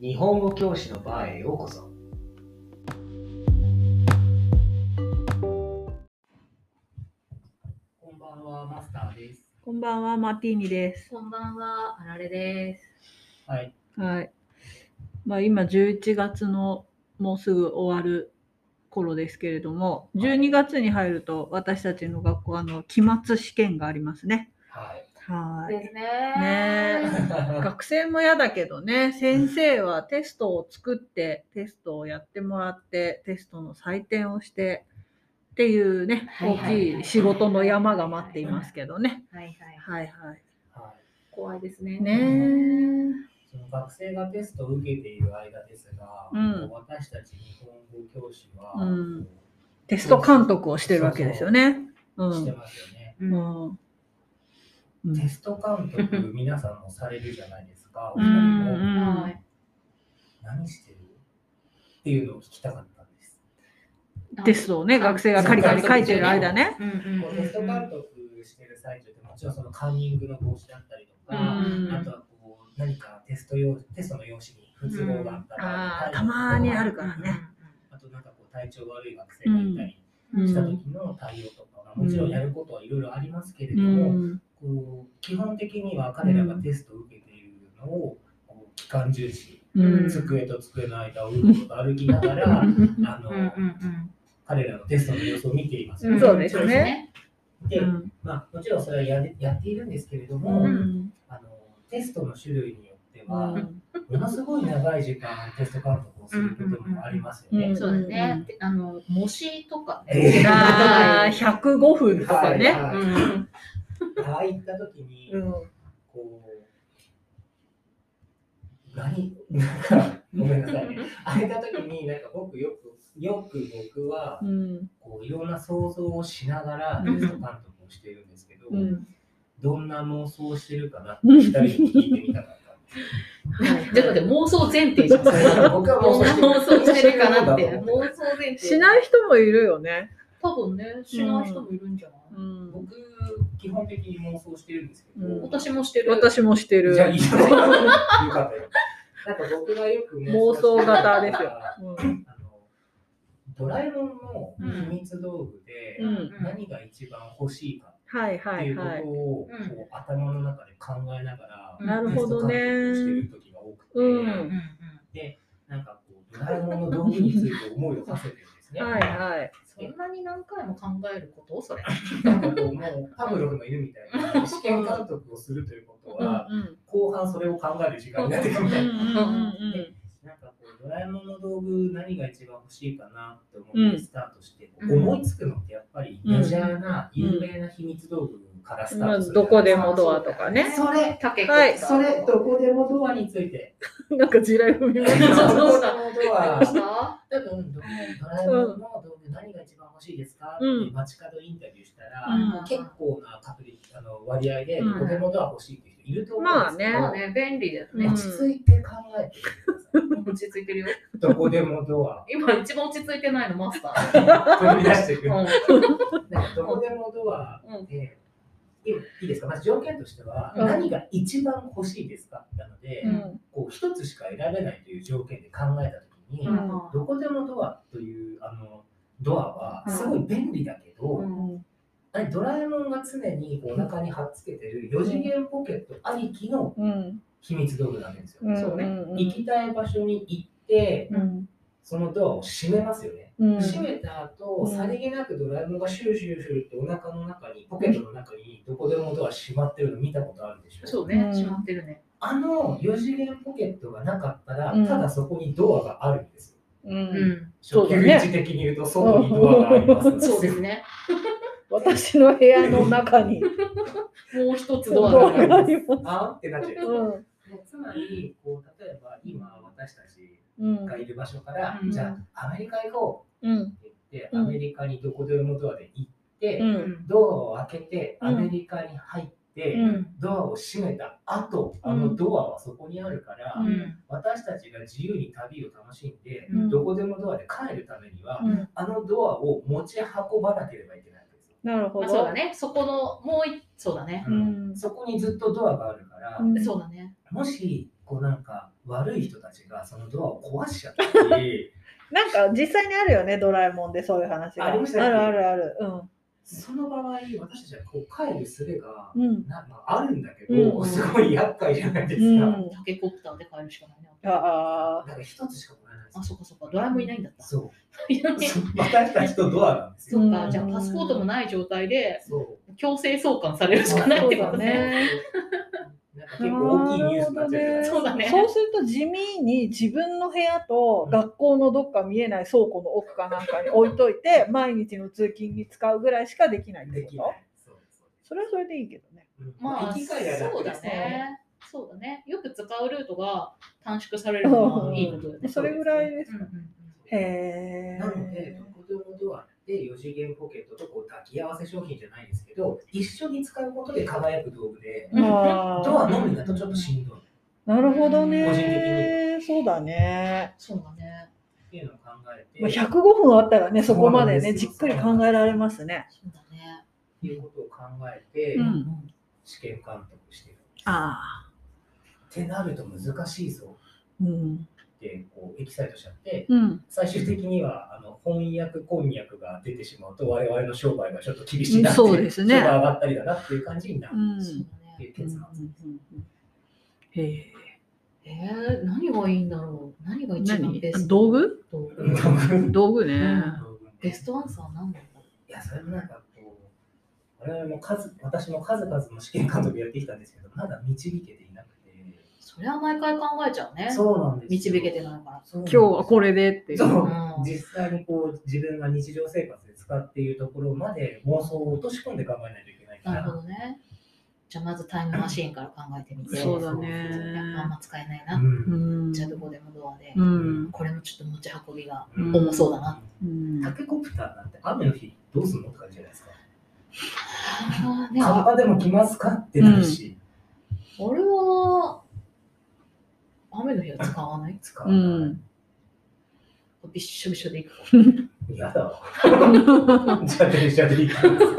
日本語教師のバーへようこそ。こんばんは、マスターです。 こんばんは、マティーニです。 こんばんは、あられです。 はい。 はい。今11月のもうすぐ終わる頃ですけれども、12月に入ると私たちの学校期末試験がありますね。 はい。 ですね。 学生も嫌だけどね、先生はテストを作ってテストをやってもらってテストの採点をしてっていうね、大きい仕事の山が待っていますけどね。はいはい。 怖いですね。 その学生がテストを受けている間ですが、私たち日本語教師は、 テスト監督をしてるわけですよね。 してますよね。テスト監督、皆さんもされるじゃないですか。お二人も。何してるっていうのを聞きたかったんです。 テストをね、学生がカリカリ書いてる間ね。 テスト監督してる最中ってもちろんそのカンニングの防止だったりとか、あとはこう何かテストの用紙に不都合があったら、 たまにあるからね。 あとなんかこう体調悪い学生がいたりした時の対応とかがもちろんやることはいろいろありますけれども、こう基本的には彼らがテストを受けているのを期間重視、机と机の間をうろうろ歩きながら彼らのテストの様子を見ています。 そうですね。 で、もちろんそれはやっているんですけれども、テストの種類によっては、ものすごい長い時間テスト監督をすることもありますよね。 そうですね。模試とかね。105分とかね。 ああいった時に、こうごめんなさいね。ああいった時になんかよく僕はこういろんな想像をしながらテスト監督をしているんですけど、どんな妄想をしてるかなって2人に聞いてみたかったんです。 ちょっと妄想前提じゃん。 僕は妄想してるかなって。妄想前提。 しない人もいるよね。 多分ね、しない人もいるんじゃない？ 僕、基本的に妄想してるんですけど、 私もしてる。 私もしてる。 じゃあいいよ。よかったよ。なんか僕がよく妄想型ですよ。 ドラえもんの秘密道具で何が一番欲しいかっていうことを頭の中で考えながらテスト監督をしている時が多くて、で、なんかこうドラえもんの道具について思いを馳せてるんですね。 そんなに何回も考えることそれ。 なんかこうもうパブロフの犬みたいな試験監督をするということは、後半それを考える時間になってくるみたいな。なんかこうドラえもんの道具何が一番欲しいかなって思ってスタートして、思いつくのってやっぱりメジャーな有名な秘密道具からスタートする。 どこでもドアとかね。 それどこでもドアについて。 なんか地雷踏みました。 どこでもドア。多分ドラえもんの道具何が一番欲しいですかって街角インタビューしたら、結構な割合でどこでもドア欲しいっていう人いると思うんですけど。 まあね、便利だよね。 落ち着いて考えて落ち着いてるよ。 どこでもドア。 今一番落ち着いてないのマスター。 飛び出してくる。どこでもドアで、いいですか。まず条件としては、何が一番欲しいですかなので、こう一つしか選べないという条件で考えたときに、どこでもドアというドアはすごい便利だけど、ドラえもんが常にお腹に貼っつけてる4次元ポケットありきの秘密道具なんですよ。行きたい場所に行って、そのドアを閉めますよね。閉めた後、さりげなくドラえもんがシュルシュルシュルってお腹の中に、ポケットの中にどこでもドア閉まってるの見たことあるでしょ？ そうね、閉まってるね。 4次元ポケットがなかったら、ただそこにドアがあるんですよ。 そう位置的に言うと、外にドアがあります。 そうですね。 私の部屋の中にもう一つドアがあります。 あってなっちゃう。つまりこう例えば今私たちがいる場所から、じゃあアメリカ行こうって言って、アメリカにどこでもドアで行って、ドアを開けてアメリカに入って、ドアを閉めた後、ドアはそこにあるから、私たちが自由に旅を楽しんで、どこでもドアで帰るためには、ドアを持ち運ばなければいけない。 なるほど。 そうだね。そこのそうだね。 そこにずっとドアがあるから、 そうだね。 もしこうなんか悪い人たちがそのドアを壊しちゃったりなんか実際にあるよね、ドラえもんでそういう話が。 ありましたねあるあるある。うん。 その場合私たちはこう帰る術が、 うんまあ、あるんだけど、 うんすごい厄介じゃないですか、 うんタケコプターで帰るしかないね。 ああ。 だから一つしかもらえないんですよ。 あ、そっかそっか。ドラえもんいないんだった。 そういないね。 私たちとドアなんですよ。 そっか。 うんじゃあパスポートもない状態でそう強制送還されるしかないってことね。 ね。 なんか結構大きいニュースになっちゃうじゃないですか。 そうだねそうすると地味に自分の部屋と学校のどっか見えない倉庫の奥かなんかに置いといて毎日の通勤に使うぐらいしかできないってことできない。そうそうそれはそれでいいけどね。 うんまあ、 行き帰りは楽そうだですね。そうだね。よく使うルートが短縮されるのはいいことだよね。 それぐらいですか。 うんうんへえ。 なので、どこでもドアって4次元ポケットとこう抱き合わせ商品じゃないですけど、一緒に使うことで輝く道具で、 あードアのみだとちょっとしんどいっなるほどね。 個人的にそうだね。 そうだね。 ていうのを考えて、 まあ、105分あったらね、そこまでね、 そうなんですよじっくり考えられますね。 そうだね。 っていうことを考えて、 うん試験監督してる。 ああ。 ってなると難しいぞうん。 ってこうエキサイトしちゃって、 うん。 最終的には翻訳こんにゃくが出てしまうと我々の商売がちょっと厳しいなって、 そうですね商売上がったりだなっていう感じになるうん。 そうっていう結論です。 へえ。 何がいいんだろう。何が一番何ベスト？ 道具道具。 道具ね。 ベストアンサー何なんだろいや、それもなんかこう、我々も私も数々の試験監督やってきたんですけど、まだ導けていなくて。 う。それは毎回考えちゃうね。 そうなんですよ。 導けてないから。 今今日はこれでっていう。 そう、 うん実際にこう自分が日常生活で使っているところまで妄想を落とし込んで考えないといけないかなるら。 ほどね。じゃあまずタイムマシーンから考えてみて。 そうだやっぱあんね。 ま使えないな。 うん。 じゃあどこでもドアで。 うん。 これもちょっと持ち運びがうん重そうだな。 うん。 タケコプターなんて雨の日どうすんのって感じじゃないですか。 ね、 カッパでも来ますかってなるし、 俺は雨の日は使わない。 使わない。 うん。 びっしょびしょで行く。 やだわ。じゃあ電車で行くんですよ。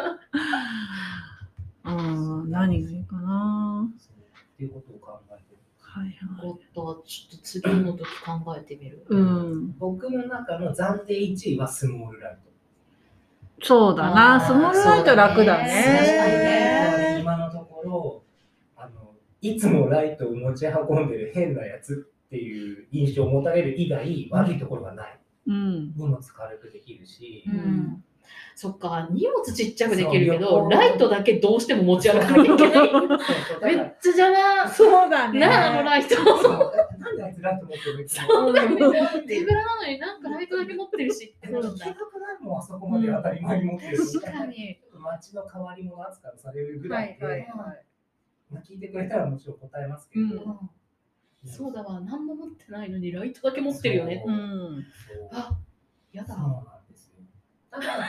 何がいいかな。 っていうことを考えてる。 はいはい。 おっと、ちょっと次の時考えてみる。 うん。 僕の中の暫定1位はスモールライト。 そうだな。スモールライト楽だそうだ確かにね。 ね、今のところいつもライトを持ち運んでる変なやつっていう印象を持たれる以外悪いところがない。 うん。 荷物軽くできるし、 うんそっか、荷物ちっちゃくできるけど、 そうライトだけどうしても持ち歩かなきゃいけない。めっちゃ邪魔。 そうだね。 なあ、あのライト。 そうなんであいつライト持ってるのいつもそうだよね。手ぶらなのになんかライトだけ持ってるしってなるんだ。 聞きたくないもん、あそこまで当たり前に持ってるし、 確かに。 街の変わり者扱いされるぐらいで、 はいまあ聞いてくれたらもちろん答えますけど、 うんそうだわ、何も持ってないのにライトだけ持ってるよね。 うん。 そうあ、やだ。 そうなんですよ。ただ、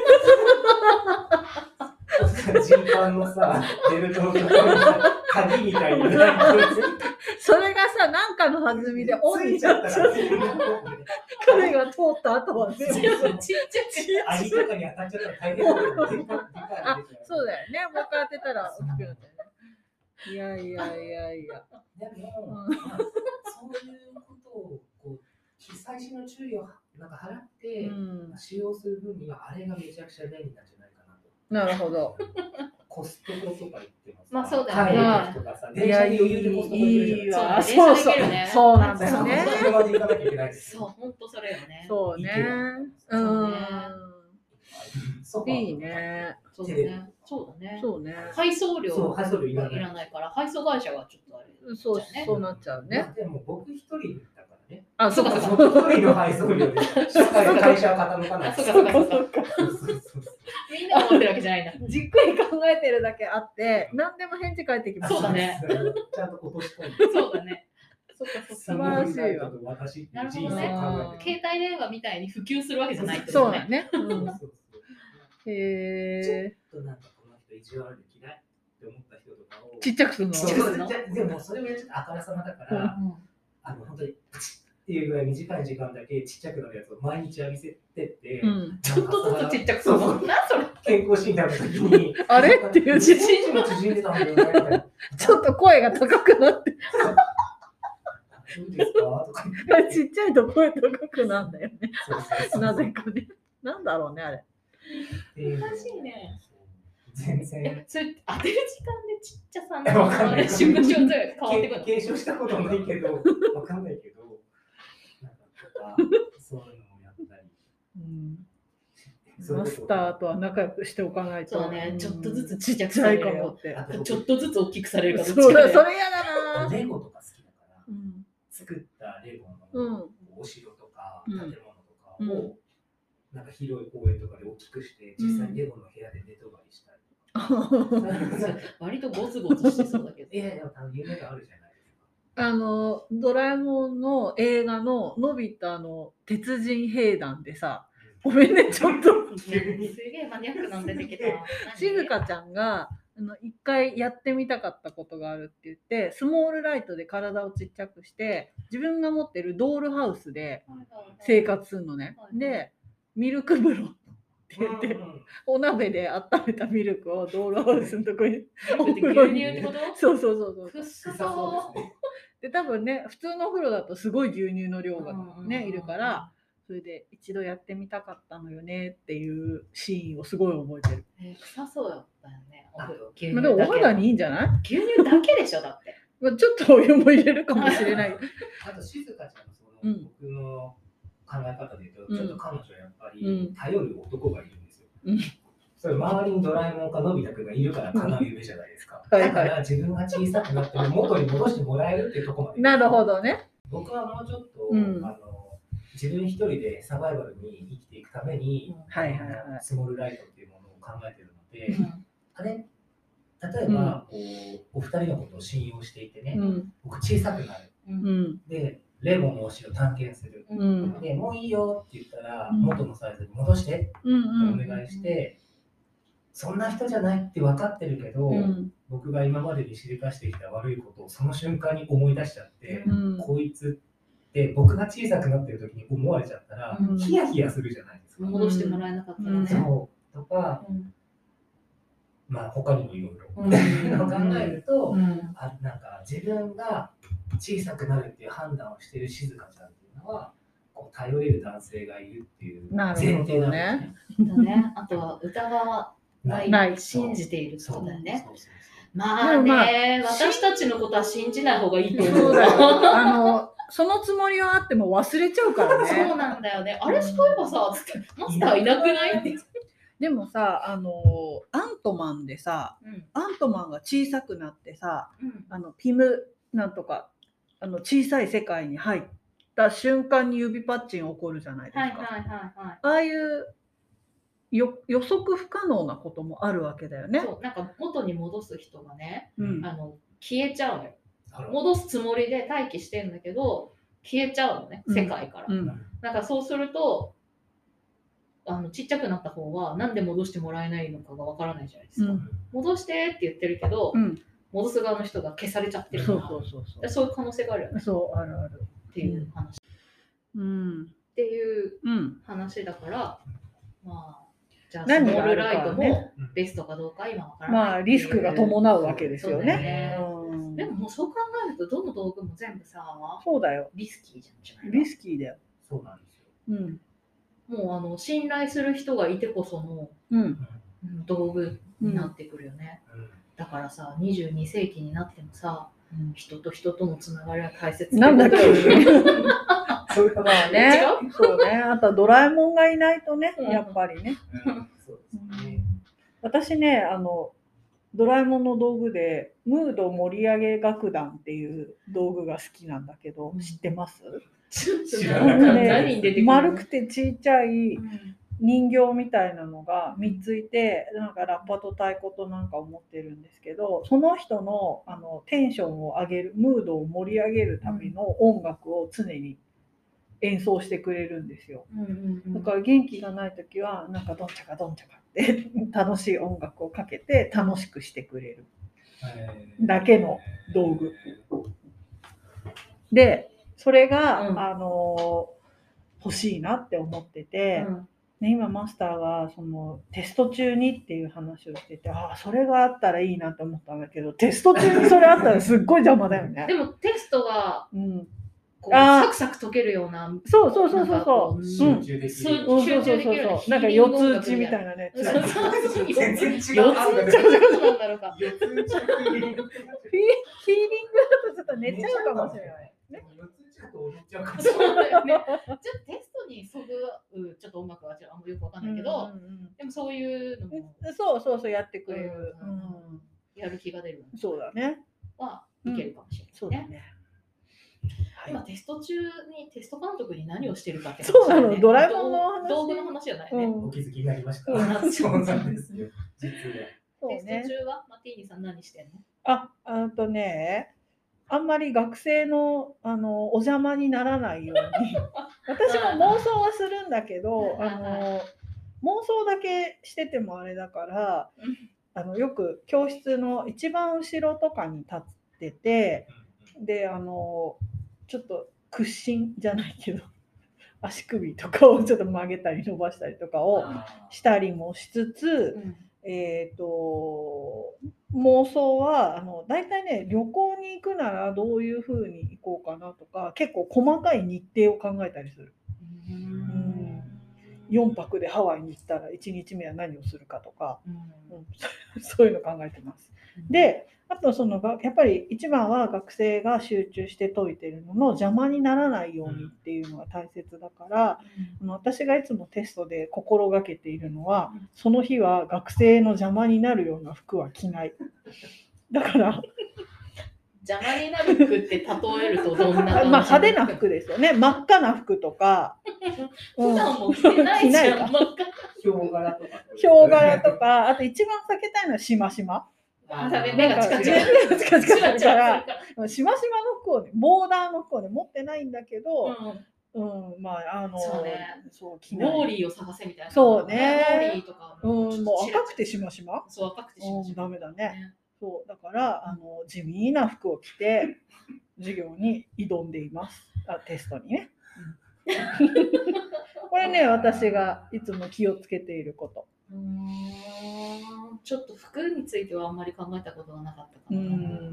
ジーパンのさ、ベルトのところにさ鍵みたいなライトがそれがさ、なんかの弾みでオンつにいちゃったらなっちゃう。彼が通った後は全部。 ちっちゃく。 網とかに当たっちゃったら大変だよね。 あ、そうだよね。もう一回当てたら大きくなったよね。いやいやいやいや。 でも、 うんまあ、そういうことをこう最新の注意をなんか払って、 うん。 使用する分にはあれがめちゃくちゃ便利なんじゃないかなと。 なるほど。 コストコとか行ってます。 まあそうだよね帰る時とかさ、電車で余裕でコストコ行けるじゃないですか。 わ。 そうそうそう電車で行けるね。 そうなんだよね。 車で行かなきゃいけないですそう、ほんとそれよね。 そうね。 そうねうん。いいね。 そうだね。そうだね。 そうね。 配送料そう、配送料いらいない。 らないから、配送会社はちょっとあれ。 そうじゃあねそうなっちゃうね。 でも僕一人だからね。 あ、そうかそうか。 僕一人の配送料で、会社は傾かない。 あ、そうかそうかそうか。 そうそうそうみんなが持ってるわけじゃないんだ。 じっくり考えてるだけあって、何でも返事返ってきます。 そうだね。 ちゃんと落とし込んで。 そうだね。そっかそっか。 素晴らしいわ私ってなるほどいう人生ねを考えてる。 携帯電話みたいに普及するわけじゃないってこそうとね。 だね。うんそうそうそうへえ。 ちょっとなんかこの人意地悪で嫌いって思った人とかを。 ちっちゃくするの。 そうちっちゃくするのでもそれはちょっとあからさまだから、本当にプチッっていうぐらい短い時間だけちっちゃくなるやつを毎日浴びせてって、 うん。 ちょっとずつちっちゃくするの。 そうそうなそれ。 健康診断の時に、 あれっていう 1日も縮んでたんだよねみたいな。 ちょっと声が高くなって。 そうですかとかちっちゃいと声高くなんだよね。 そうなぜかね。なんだろうね、あれ。 難しいね。 全然。 それ当てる時間でちっちゃさわかんないの瞬間変わってくるの。 継承したことないけど、わかんないけど、なんかとか、そういうのをやったり。 マスターとは仲良くしておかないと。 そうね、ちょっとずつちっちっちゃいちゃいかもっ。 かもってちょっとずつ大きくされるかどっちそうだ、 かで。 それ嫌だな。 レゴとか好きだから、作ったレゴのお城とか建物とかを、なんか広い公園とかで大きくして、実際にレゴの部屋で寝泊まりしたりとか。 割とゴツゴツしてそうだけど。 いやいや、夢があるじゃないですか。 ドラえもんの映画ののび太の鉄人兵団でさ、ごめんね、ちょっと。 すげえマニアックなん出てきた。 静香ちゃんが一回やってみたかったことがあるって言って、スモールライトで体をちっちゃくして、自分が持ってるドールハウスで生活するのね。で、ミルク風呂って言って、お鍋で温めたミルクをドールハウスのとこにお風呂に。牛乳ってこと？ そうそうそうそう。 くっさそう。 で、多分ね、普通のお風呂だとすごい牛乳の量がね、いるから、それで一度やってみたかったのよねっていうシーンをすごい覚えてる。 臭そうだったよね。 でもお肌にいいんじゃない？ 牛乳だけでしょ、だって。 ちょっとお湯も入れるかもしれない。 あと静香ちゃんの僕の考え方で言うと、ちょっと彼女はやっぱり頼る男がいるんですよ。それ周りにドラえもんかのび太くんがいるから叶う夢じゃないですか。だから自分が小さくなっても元に戻してもらえるっていうところまで。 なるほどね。 僕はもうちょっと、自分一人でサバイバルに生きていくために、スモールライトっていうものを考えているので、あれ例えば、お二人のことを信用していてね、僕小さくなる。で、レゴのお城を探検する。で、もういいよって言ったら、元のサイズに戻してってお願いして、そんな人じゃないって分かってるけど、僕が今までにしでかしてきた悪いことをその瞬間に思い出しちゃって、こいつって僕が小さくなってる時に思われちゃったら、ヒヤヒヤするじゃないですか。 戻してもらえなかったらね。 そうとか、まあ他にもいろいろ考えると、なんか自分が小さくなるっていう判断をしている静香ちゃんっていうのは、こう頼れる男性がいるっていう前提なんですね。あとは疑わない信じていることだよね。まあね、私たちのことは信じない方がいいと思う。 そのつもりはあっても忘れちゃうからね。 そうなんだよね。あれそういえばさ、つってマスターいなくないって。 でもさ、アントマンでさ、アントマンが小さくなってさ、ピムなんとか小さい世界に入った瞬間に指パッチン起こるじゃないですか。ああいう予測不可能なこともあるわけだよね。 そう、なんか元に戻す人がね、消えちゃうのよ。戻すつもりで待機してんだけど消えちゃうのね、世界から。なんかそうするとちっちゃくなった方はなんで戻してもらえないのかがわからないじゃないですか。戻してって言ってるけど、戻す側の人が消されちゃってるから、そういう可能性があるよね。 そうあるあるっていう話、っていう話だから、まあじゃあスモールライトもベストかどうか今わからない。 まあリスクが伴うわけですよね。 でももうそう考えるとどの道具も全部さ、 そうだよ。 リスキーじゃん。 リスキーだよ。 そうなんですよ。 もう信頼する人がいてこその道具になってくるよね。だからさ、22世紀になってもさ、人と人とのつながりは大切なんだっけ。 そういうことはね。そうね。あとはドラえもんがいないとね、やっぱりね。私ね、ドラえもんの道具でムード盛り上げ楽団っていう道具が好きなんだけど、知ってます？丸くてちっちゃい人形みたいなのが3ついて、なんかラッパと太鼓となんかを持ってるんですけど、その人のテンションを上げる、ムードを盛り上げるための音楽を常に演奏してくれるんですよ。だから元気がない時はなんかどんちゃかどんちゃかって楽しい音楽をかけて楽しくしてくれるだけの道具で、それが、欲しいなって思ってて、今マスターがそのテスト中にっていう話をしてて、それがあったらいいなと思ったんだけど、テスト中にそれあったらすっごい邪魔だよね。 でもテストがこうサクサク溶けるような、 そうそうそうそうそう、 集中できる、 集中できるような、 なんか四つ打ちみたいなね。 そうそうそう全然違う。 四つ打ちなんだろうか。 四つ打ちはヒーリング。 ヒーリングだとちょっと寝ちゃうかもしれない。 四つ打ちだと踊っちゃうかもしれない。 そうだよね。じゃあテストにそぐちょっと音楽はあんまよくわかんないけど、でもそういうのもそうやってくれる。 やる気が出る。 そうだね。 はいけるかもしれない。そうだね。今テスト中にテスト監督に何をしてるかってそうなの、ドラえもんの話、 道具の話じゃないね。 お気づきになりました。そうなんですよ。実は。 テスト中はマティーニさん何してんの？ あんまり学生のお邪魔にならないように私も妄想はするんだけど妄想だけしててもあれだからよく教室の一番後ろとかに立っててでちょっと屈伸じゃないけど足首とかをちょっと曲げたり伸ばしたりとかをしたりもしつつ、妄想はだいたいね旅行に行くならどういう風に行こうかなとか結構細かい日程を考えたりする。4泊でハワイに行ったら1日目は何をするかとか、そういうの考えてます。であとやっぱり一番は学生が集中して解いてるのの邪魔にならないようにっていうのが大切だから、私がいつもテストで心がけているのはその日は学生の邪魔になるような服は着ない。だから邪魔になる服って例えるとどんな感じ？ 派手な服ですよね。真っ赤な服とか。 普段も着てないじゃん。 ヒョウ柄とか。 ヒョウ柄とか、あと一番避けたいのはしましま。 目がチカチカだからしましまの服をね、ボーダーの服をね持ってないんだけど、 そう着ない。ウォーリーを探せみたいな。 そうね。 ウォーリーとかもう赤くてしましま。 そう赤くてしましま。 ダメだね。そうだから地味な服を着て授業に挑んでいます。テストにね。これね私がいつも気をつけていること。 ちょっと服についてはあんまり考えたことがなかったかな。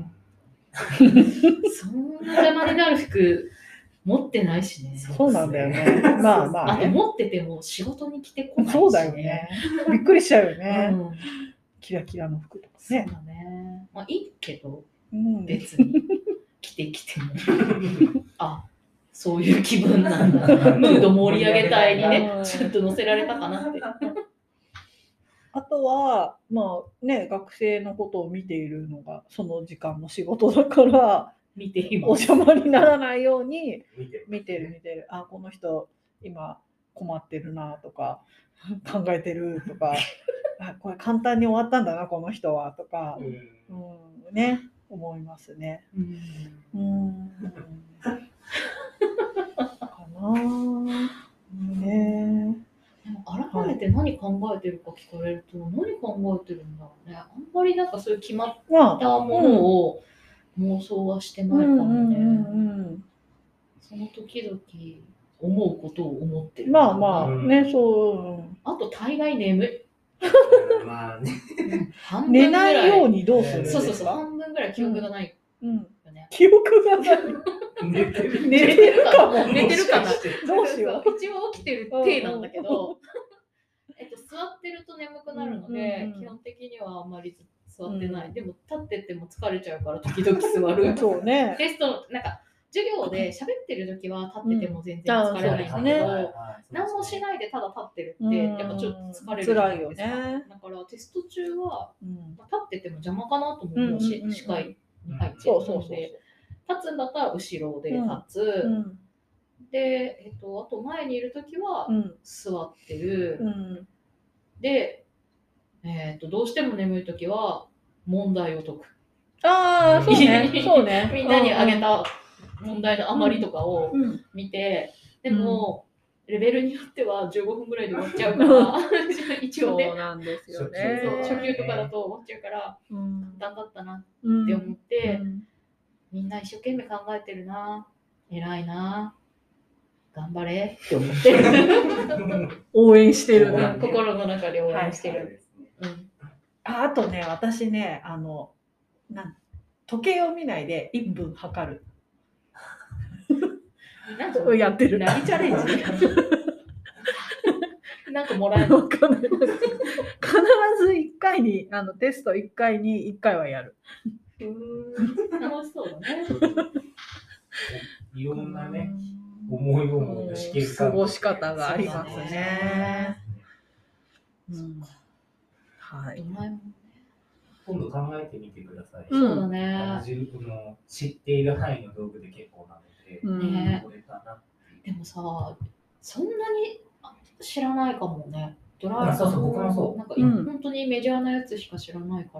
そんな邪魔になる服持ってないしね。 そうなんだよね。 あと持ってても仕事に着てこないしね。 そうだよね。びっくりしちゃうよね。キラキラの服とかね。 そうだね。いいけど別に着てきてもそういう気分なんだ。ムード盛り上げたいにねちょっと乗せられたかなって。 あとは学生のことを見ているのがその時間の仕事だから見ています。 お邪魔にならないように見てる。この人今困ってるなとか考えてるとかこれ簡単に終わったんだなこの人はとかね思いますね。かなね。 改めて何考えてるか聞かれると何考えてるんだろうね。あんまりなんかそういう決まったものを妄想はしてないかもね。その時々思うことを思ってる。 そう。 あと大概眠い。 寝ないようにどうする？ そう半分ぐらい記憶がないよね。 記憶がない。寝てるかな。 どうしよう。一応起きてる体なんだけど、座ってると眠くなるので、基本的にはあんまり座ってない。でも立ってても疲れちゃうから時々座る。 そうね。 テストなんか授業で喋ってる時は立ってても全然疲れないんだけど、何もしないでただ立ってるってやっぱちょっと疲れる。 辛いよね。 だからテスト中は立ってても邪魔かなと思うし、視界に入ってるので。立つんだったら後ろで立つ、で、あと前にいるときは座ってる、で、どうしても眠いときは問題を解く。 そうね。 みんなにあげた問題の余りとかを見て、でも、レベルによっては15分ぐらいで終わっちゃうから一応ね、 そうなんですよね。 初級とかだと終わっちゃうから簡単だったなって思って、みんな一生懸命考えてるな、偉いな、頑張れって思って応援してる。 心の中で応援してる。 あとね、私ね、時計を見ないで1分測る。 なんかやってる。 何チャレンジなんかもらえる。 わかんない。必ず1回にテスト1回に1回はやる。 楽しそうだね。 いろんなね、思い思いの試験過ごし方がありますね。はい。 今度考えてみてください。 そうだね。 自分の知っている範囲の道具で結構なので、これかな。 でもさ、そんなに知らないかもね。ドライそうそう、僕もそう。 なんか本当にメジャーなやつしか知らないから、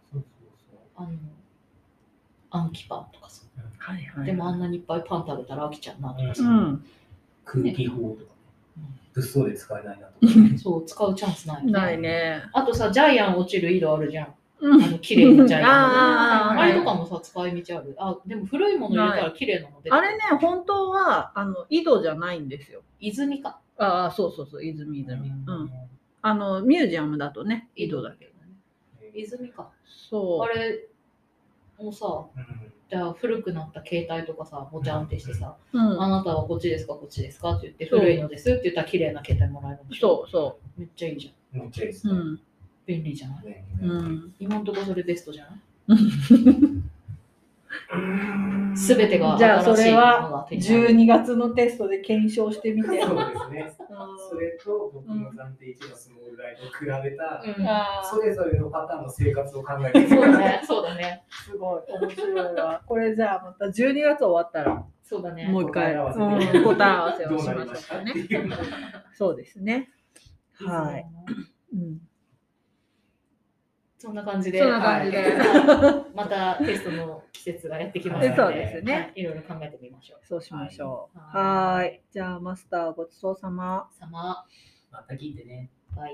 アンキパンとかさ。でもあんなにいっぱいパン食べたら飽きちゃうなとかさ。 空気砲とかね。物騒で使えないなとか。 そう、使うチャンスないね。 ないね。 あとさ、ジャイアン落ちる井戸あるじゃん。綺麗なジャイアン。あれとかもさ、使い道ある。でも古いもの入れたら綺麗なので。 あれね、本当は井戸じゃないんですよ。 泉か。 そう、泉。ミュージアムだとね、井戸だけどね。泉か。 そう。 あれもさ、じゃあ古くなった携帯とかさ、もちゃんってしてさ、あなたはこっちですか、こっちですかって言って、古いのですって言ったら綺麗な携帯もらえるんでしょ。そう。めっちゃいいじゃん。 めっちゃいいですね。 便利じゃない？今のところそれベストじゃない？すべてがじゃあそれは12月のテストで検証してみて。 そうですね。それと僕の暫定1のスモールライトを比べた、それぞれのパターンの生活を考えて。 そうだね。 すごい面白いわ。これじゃあまた12月終わったら、 そうだね。 もう一回答え合わせをしましょうかね。そうですね。はい。 そんな感じで、またテストの季節がやってきますので、そうですね。いろいろ考えてみましょう。 そうしましょう。はい。じゃあマスターごちそうさま。 また聞いてね。